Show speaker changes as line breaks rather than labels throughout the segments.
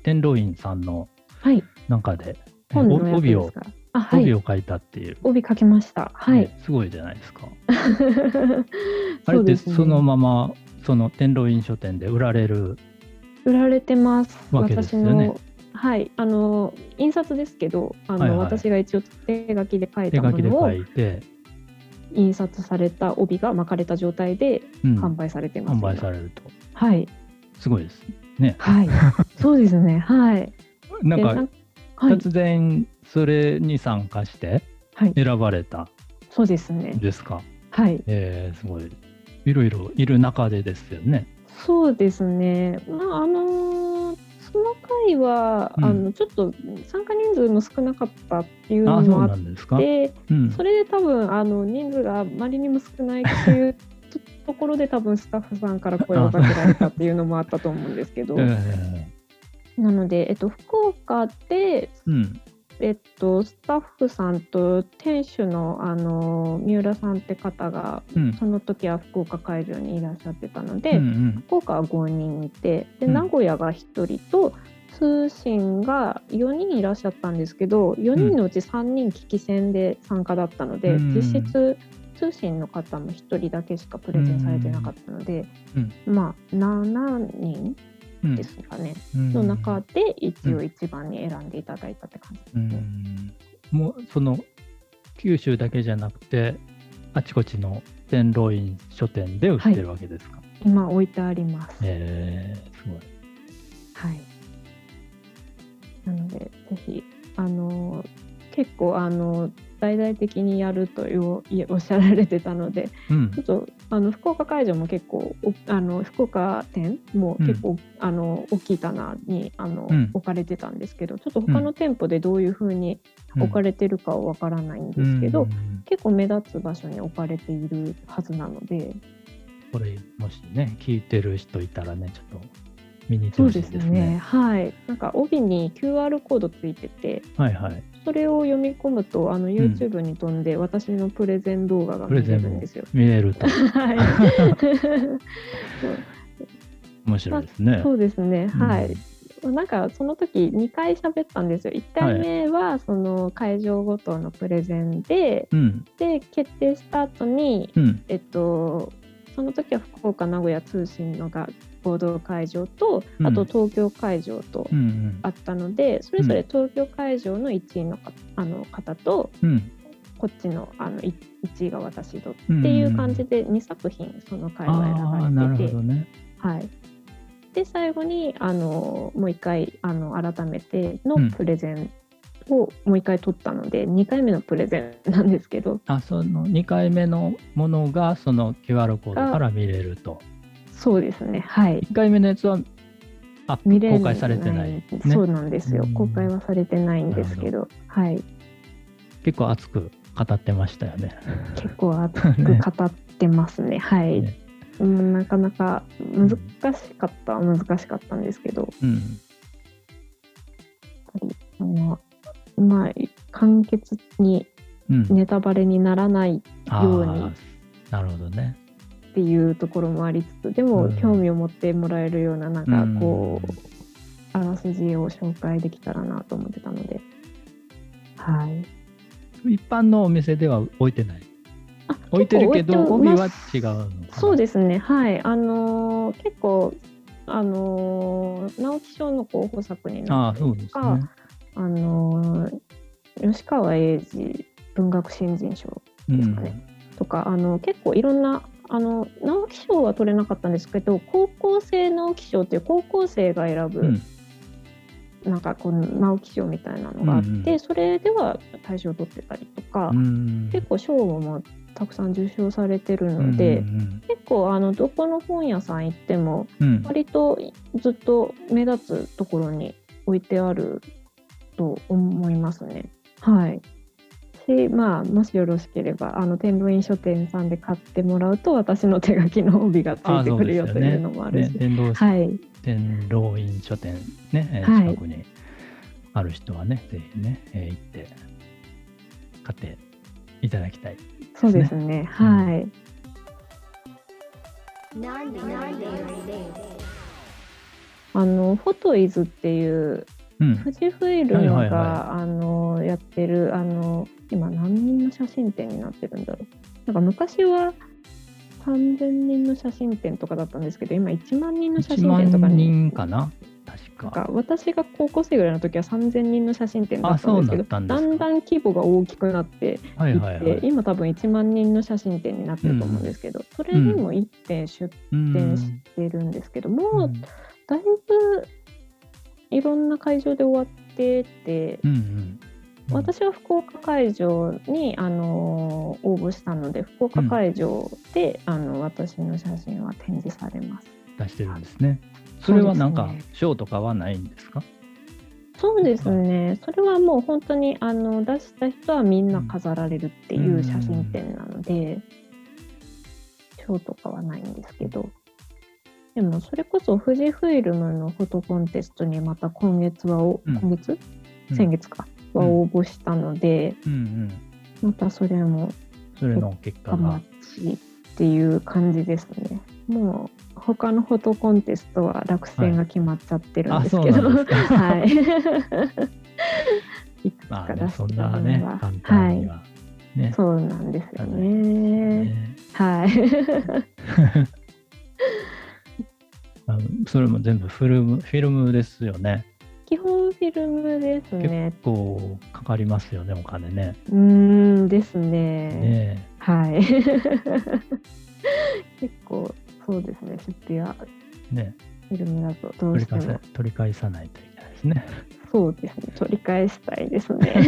天狼院さんの
はい。
中で、
本のやつですか。はい。
帯を書いたっていう、
帯書きました。はい。
すごいじゃないですか。あれ
そう
って
ですね。
そのままその天狼院書店で売られる
売られてます。
わけです
私
よね。
の、はい。印刷ですけど、
はいはい。
私が一応手書きで書い
手書きで
たものを
書いて、
印刷された帯が巻かれた状態で販売されてます。
販売されると。
はい。
すごいですね。
はい。そうですね。はい。
なんか、
はい、
突然それに参加して選ばれた
そうですね。
ですか。
はい。
すごい。いろいろいる中でですよね。
そうですね。まあ、その回は、ちょっと参加人数も少なかったっていうのもあって、それで多分人数があまりにも少ないっていうところで多分スタッフさんから声をかけられたっていうのもあったと思うんですけど、なので、福岡で、スタッフさんと店主の、三浦さんって方が、その時は福岡会場にいらっしゃってたので、福岡は5人いて、で名古屋が1人と通信が4人いらっしゃったんですけど、4人のうち3人聞き戦で参加だったので、実質通信の方も1人だけしかプレゼンされてなかったので、まあ7人ですかね、の中で一応一番に選んでいただいたって感じですね。
もうその九州だけじゃなくてあちこちの天狼院書店で売ってるわけですか。
今置いてあります。
すごい。
はい。なのでぜひ結構大々的にやるとおっしゃられてたので、ちょっと福岡会場も結構福岡店も結構、大きい棚に置かれてたんですけど、ちょっと他の店舗でどういう風に置かれてるかはわからないんですけど、結構目立つ場所に置かれているはずなので、
これもしね聞いてる人いたらねちょっと見に行ってほしいですね。
そうですね。はい。なんか帯に QR コードついてて、それを読み込むとYouTube に飛んで、私のプレゼン動画が見れるんですよ。
見れると。はい。面白いですね。
そうですね。はい。なんかその時2回喋ったんですよ。1回目はその会場ごとのプレゼンで、で決定した後に、その時は福岡名古屋通信のが合同会場と、あと東京会場とあったので、それぞれ東京会場の1位の方と、こっちの1位が私とっていう感じで2作品その回は選ばれてて、はい。で最後にもう一回改めてのプレゼンをもう一回撮ったので、2回目のプレゼンなんですけど、
その2回目のものがその QR コードから見れると。
そうですね。はい。
1回目のやつは公開されてない、
そうなんですよ。公開はされてないんですけど、はい。
結構熱く語ってましたよね。
結構熱く語ってますね。はい。なかなか難しかったんですけど、まあ簡潔にネタバレにならないように、
なるほどね。
っていうところもありつつ、でも興味を持ってもらえるようななんかこうあらすじを紹介できたらなと思ってたので、はい。
一般のお店では置いてない。置いてるけど帯は違うのかな。
そうですね。はい。結構直木賞の候補作になったりとか、吉川英治文学新人賞ですかね。とか結構いろんな直木賞は取れなかったんですけど、高校生直木賞っていう高校生が選ぶ、なんかこの直木賞みたいなのがあって、それでは大賞を取ってたりとか、結構賞もたくさん受賞されてるので、結構どこの本屋さん行っても割とずっと目立つところに置いてあると思いますね。はい。もしよろしければ天狼院書店さんで買ってもらうと私の手書きの帯がついてくるよというのもあるし、
天狼院書店ね、近くにある人はねぜひね、行って買っていただきたいですね。
そうですね。はい。 フォトイズっていう富士フイルムがやってる今何人の写真展になってるんだろう。なんか昔は3000人の写真展とかだったんですけど、今1万人の写真展とかに。
1万人かな、確か。
私が高校生ぐらいの時は3000人の写真展だったんですけど、だんだん規模が大きくなっていって、今多分1万人の写真展になってると思うんですけど、それにも1点出展してるんですけども、だいぶいろんな会場で終わってて、私は福岡会場に応募したので、福岡会場で、私の写真は展示されます。
出してるんですね。それはなんか賞とかはないんですか？
そうですね。それはもう本当に出した人はみんな飾られるっていう写真展なので、賞とかはないんですけど、でもそれこそ富士フイルムのフォトコンテストにまた先月かは応募したので、またそれも
結果が
っていう感じですね。もう他のフォトコンテストは落選が決まっちゃってるんですけど、はい。いくつか出したのは、
簡単にはね。
そうなんですよね。はい。
それも全部フィルムですよね。
基本フィルムですね。
結構かかりますよね、お金ね。
ですね。はい。結構そうですね。出費はフィルムだとどうしても
取り返さないといけないですね。
そうですね。取り返したいですね。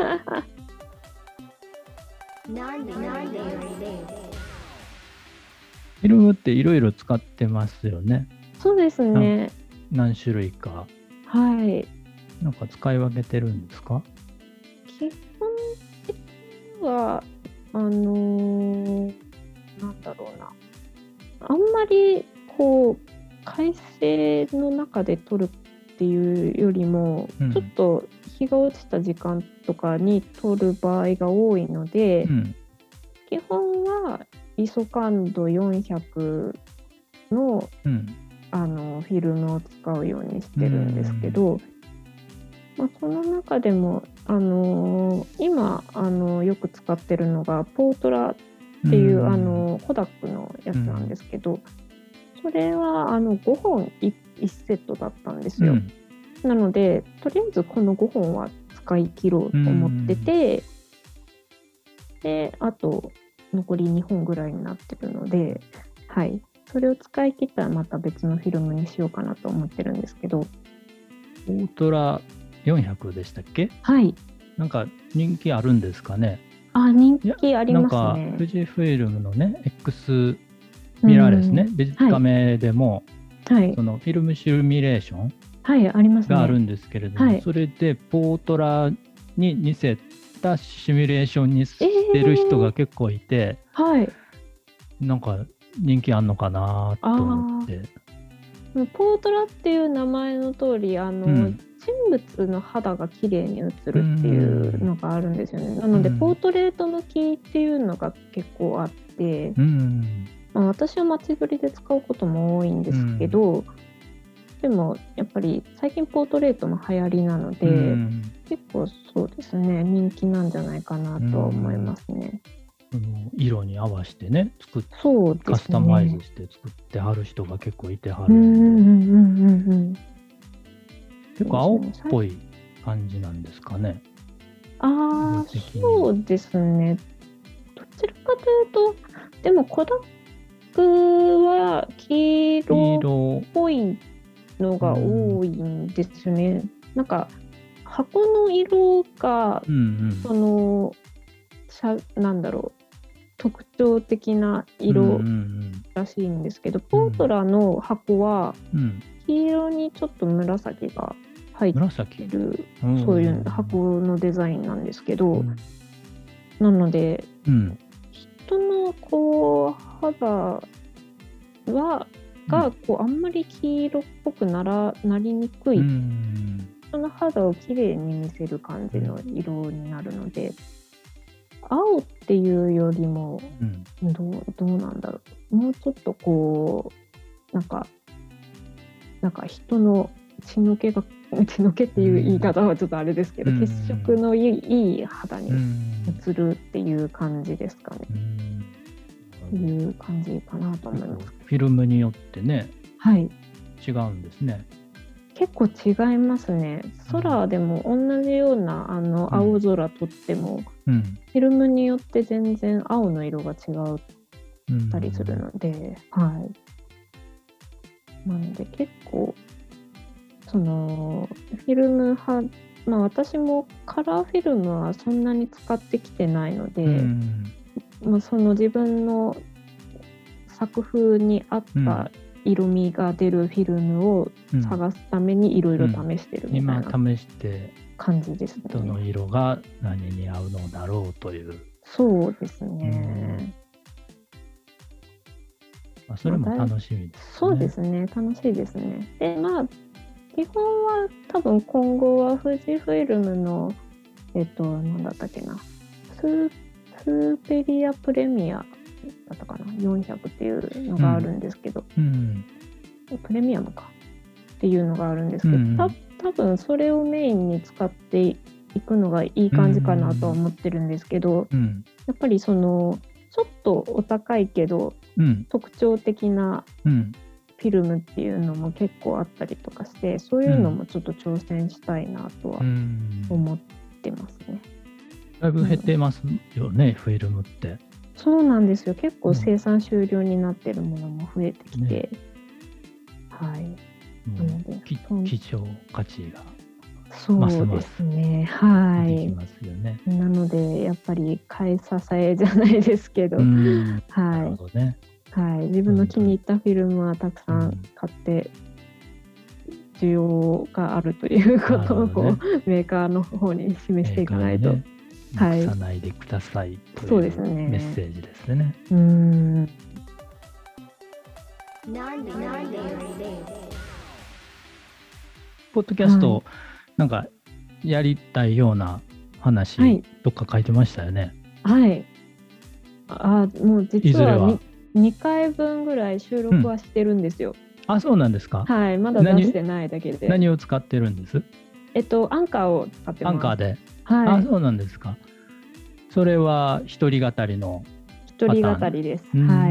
フィルムっていろいろ使ってますよね。
そうですね。
何種類か。
はい。
なんか使い分けてるんですか？
基本的にはなんだろうな。あんまりこう快晴の中で撮るっていうよりも、ちょっと日が落ちた時間とかに撮る場合が多いので、基本は ISO 感度400の、フィルムを使うようにしてるんですけど、その中でも、今よく使ってるのがポートラっていうコダックのやつなんですけど、それは5本 1セットだったんですよ。なのでとりあえずこの5本は使い切ろうと思ってて、であと残り2本ぐらいになってるので、はい、それを使い切ったらまた別のフィルムにしようかなと思ってるんですけど。
ポートラ400でしたっけ？
はい。
なんか人気あるんですかね？
人気ありますね。
なんか富士フイルムのね X ミラーレスね、デジカメでも、そのフィルムシミュレーションがあるんですけれども、それでポートラに似せたシミュレーションにしてる人が結構いて、なんか人気あんのかなと思って。
ポートラっていう名前の通り人物の肌が綺麗に映るっていうのがあるんですよね。なのでポートレート向きっていうのが結構あって、私は街撮りで使うことも多いんですけど、でもやっぱり最近ポートレートも流行りなので、結構そうですね、人気なんじゃないかなとは思いますね。
色に合わせてね、
そうですね、
カスタマイズして作ってはる人が結構いてはるんで、結構青っぽい感じなんですかね。
そうですね。どちらかというと、でもコダックは黄色っぽいのが多いんですよね。なんか箱の色が、なんだろう、特徴的な色らしいんですけど、ポートラの箱は黄色にちょっと紫が入ってる、そういう箱のデザインなんですけど、なので、人のこう肌がこうあんまり黄色っぽくなりにくい、人の肌をきれいに見せる感じの色になるので、青っていうよりも、どうなんだろう、もうちょっとこうなんかなんか人の血の気っていう言い方はちょっとあれですけど、血色のいい肌に映るっていう感じですかね。っていう感じかなと思います。
フィルムによってね、
はい、
違うんですね。
結構違いますね。空でも同じような青空撮っても、フィルムによって全然青の色が違ったりするので、はい。なので結構そのフィルム派、私もカラーフィルムはそんなに使ってきてないので、その自分の作風に合った色味が出るフィルムを探すためにいろいろ試してるみたいな感じですね。
どの色が何に合うのだろうという。
そうですね。
それも楽しみですね。
そうですね、楽しいですね。で、基本は多分今後は富士フイルムの何だったっけな、スーペリアプレミアだったかな、400っていうのがあるんですけど、プレミアムかっていうのがあるんですけど、多分それをメインに使っていくのがいい感じかなとは思ってるんですけど、やっぱりそのちょっとお高いけど、特徴的なフィルムっていうのも結構あったりとかして、そういうのもちょっと挑戦したいなとは思ってますね。
だいぶ減ってますよね、フィルムって。
そうなんですよ。結構生産終了になってるものも増えてきて、はい。
なので希少価値が
そうですね。はい。
出てきますよね。
なのでやっぱり買い支えじゃないですけど、はい。なるほどね。はい。自分の気に入ったフィルムはたくさん買って需要があるということをメーカーの方に示していかないと。
なくさないでくださいというメッセージですね。ポッドキャスト、なんかやりたいような話、どっか書いてましたよね。
はい。もう実は2回分ぐらい収録はしてるんですよ。
そうなんですか。
はい。まだ出してないだけで。
何を使ってるんです？
アンカーを使ってます。
アンカーで。
はい。
そうなんですか。それは一人語りの
一人語りです。はい。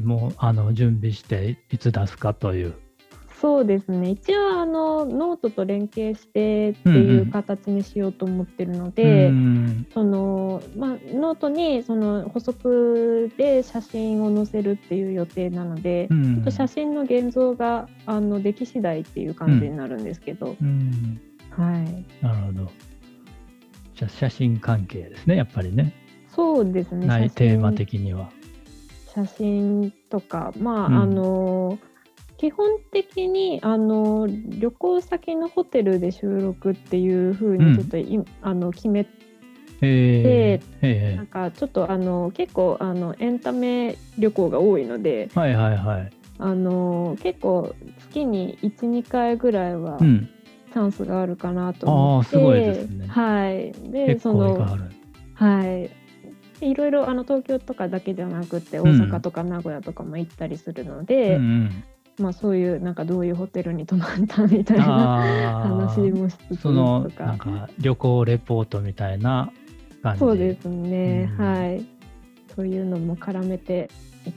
もう準備していつ出すかという。
そうですね。一応ノートと連携してっていう形にしようと思ってるので、ノートにその補足で写真を載せるっていう予定なので、ちょっと写真の現像ができ次第っていう感じになるんですけど、はい。
なるほど。じゃあ写真関係ですね、やっぱりね。
そうですね。
テーマ的には。
写真とか、基本的に旅行先のホテルで収録っていう風にちょっと、決めて、なんかちょっと結構エンタメ旅行が多いので、結構月に 1,2 回ぐらいはチャンスがあるかなと思って、
すごいですね。
はい。で、いろいろ東京とかだけじゃなくて大阪とか名古屋とかも行ったりするので、そういうなんかどういうホテルに泊まったみたいな話もしつつとか、
なんか旅行レポートみたいな感じ。
そうですね。はい。そういうのも絡めていって、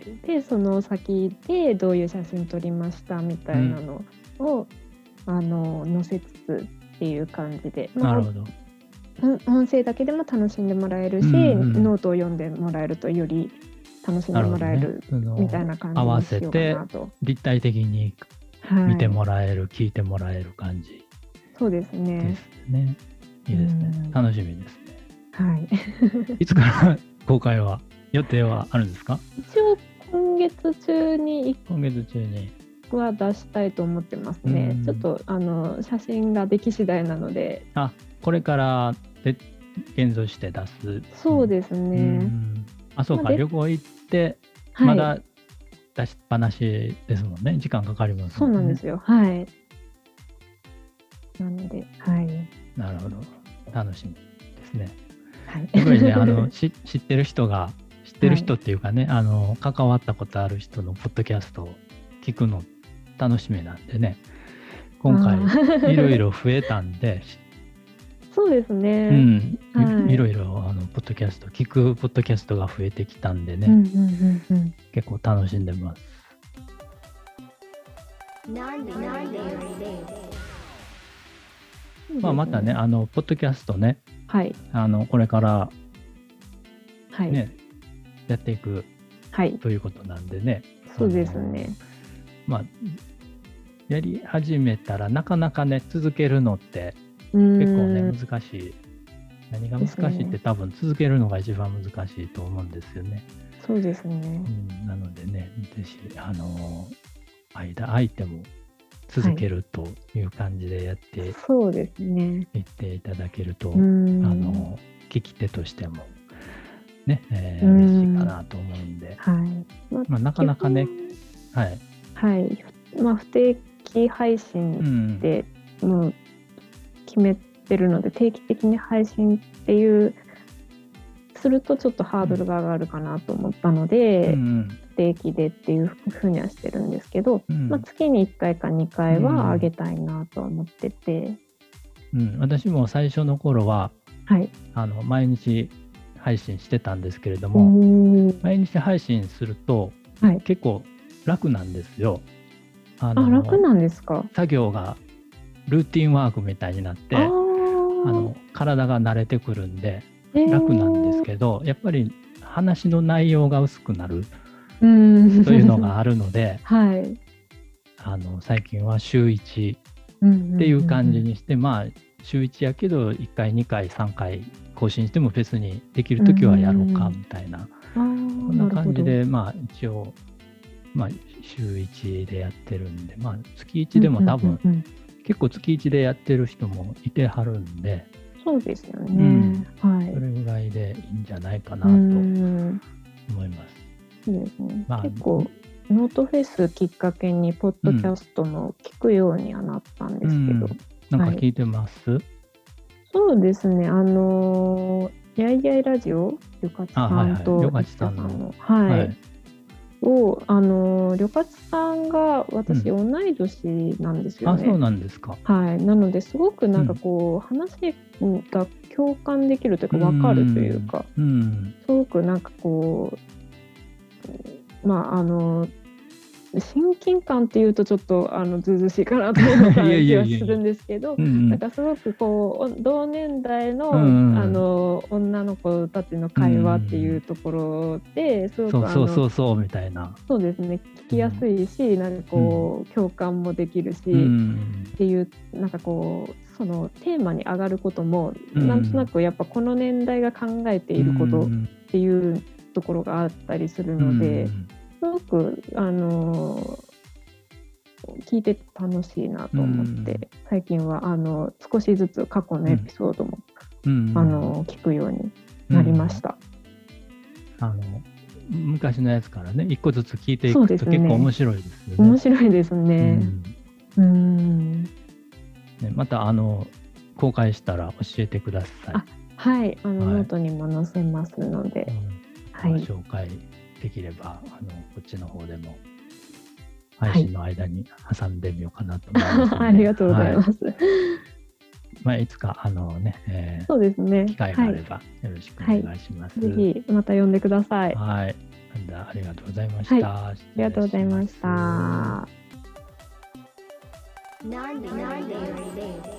でその先でどういう写真撮りましたみたいなのを、載せつつっていう感じで。
なるほど。
音声だけでも楽しんでもらえるし、ノートを読んでもらえるとより楽しんでもらえるみたいな感じにしようかなと。
合わせて立体的に見てもらえる、聞いてもらえる感じ。
そうですね。
いいですね。楽しみですね。
はい。
いつから公開は予定はあるんですか？
一応今月中には出したいと思ってますね。ちょっと写真ができ次第なので。
これから現像して出す。
そうですね。
そうか、旅行行ってまだ出しっぱなしですもんね。時間かかりますもんね。
そうなんですよ。はい。なので、はい。
なるほど。楽しみですね。
はい。
やっぱりね、知ってる人っていうかね、関わったことある人のポッドキャストを聞くの楽しみなんでね、今回いろいろ増えたんで
そうですね、
いろいろポッドキャスト聞くポッドキャストが増えてきたんでね、結構楽しんでます。またね、ポッドキャストね、これからね、やっていくということなんでね、
そうですね。
やり始めたらなかなかね、続けるのって結構ね、難しい。何が難しいって多分続けるのが一番難しいと思うんですよね。
そうですね。
なのでね、ぜひ間空いても続けるという感じでやって
そうですね。
いっていただけると、聞き手としてもね、嬉しいかなと思うんで、なかなかね、
不定期配信ってもう決めてるので、定期的に配信っていうするとちょっとハードルが上がるかなと思ったので、不定期でっていうふうにはしてるんですけど、月に1回か2回は上げたいなとは思ってて、
私も最初の頃は、毎日配信してたんですけれども、毎日配信すると、結構楽なんですよ。
楽なんですか？
作業がルーティンワークみたいになって体が慣れてくるんで楽なんですけど、やっぱり話の内容が薄くなるというのがあるので、最近は週1っていう感じにして、週1やけど1回2回3回更新しても別にできるときはやろうかみたいな、こんな感じで一応週1でやってるんで、月1でも多分、結構月1でやってる人もいてはるんで、
そうですよね、
それぐらいでいいんじゃないかなと思います。
そうですね、結構ノートフェスきっかけにポッドキャストも聞くようにはなったんですけど、
なんか聞いてます？
そうですね、やいやいラジオ、りょかちさんと
りょかちさんの
をりょかちさんが私同い年なんですよね。
そうなんですか。
なのですごくなんかこう、話が共感できるというか分かるというか、すごくなんかこう親近感っていうとちょっとずうずうしいかなと思った気はするんですけど、なんかすごくこう同年代の、女の子たちの会話っていうところですごく
そうみたいな、
そうですね、聞きやすいし、なんかこう、共感もできるし、っていうなんかこうそのテーマに上がることも、なんとなくやっぱこの年代が考えていることっていうところがあったりするので、すごく聞いて楽しいなと思って、最近は少しずつ過去のエピソードも、聞くようになりました。
昔のやつからね、一個ずつ聞いていくと結構面白いですよね。
面白いですね。
また公開したら教えてください。
ノートにも載せますので、
紹介できればこっちの方でも配信の間に挟んでみようかなと思いますので、
ありがとうございます。
いつか
そうですね、
機会があればよろしくお願いします。
ぜひまた呼んでください。
ありがとうございました。
ありがとうございました。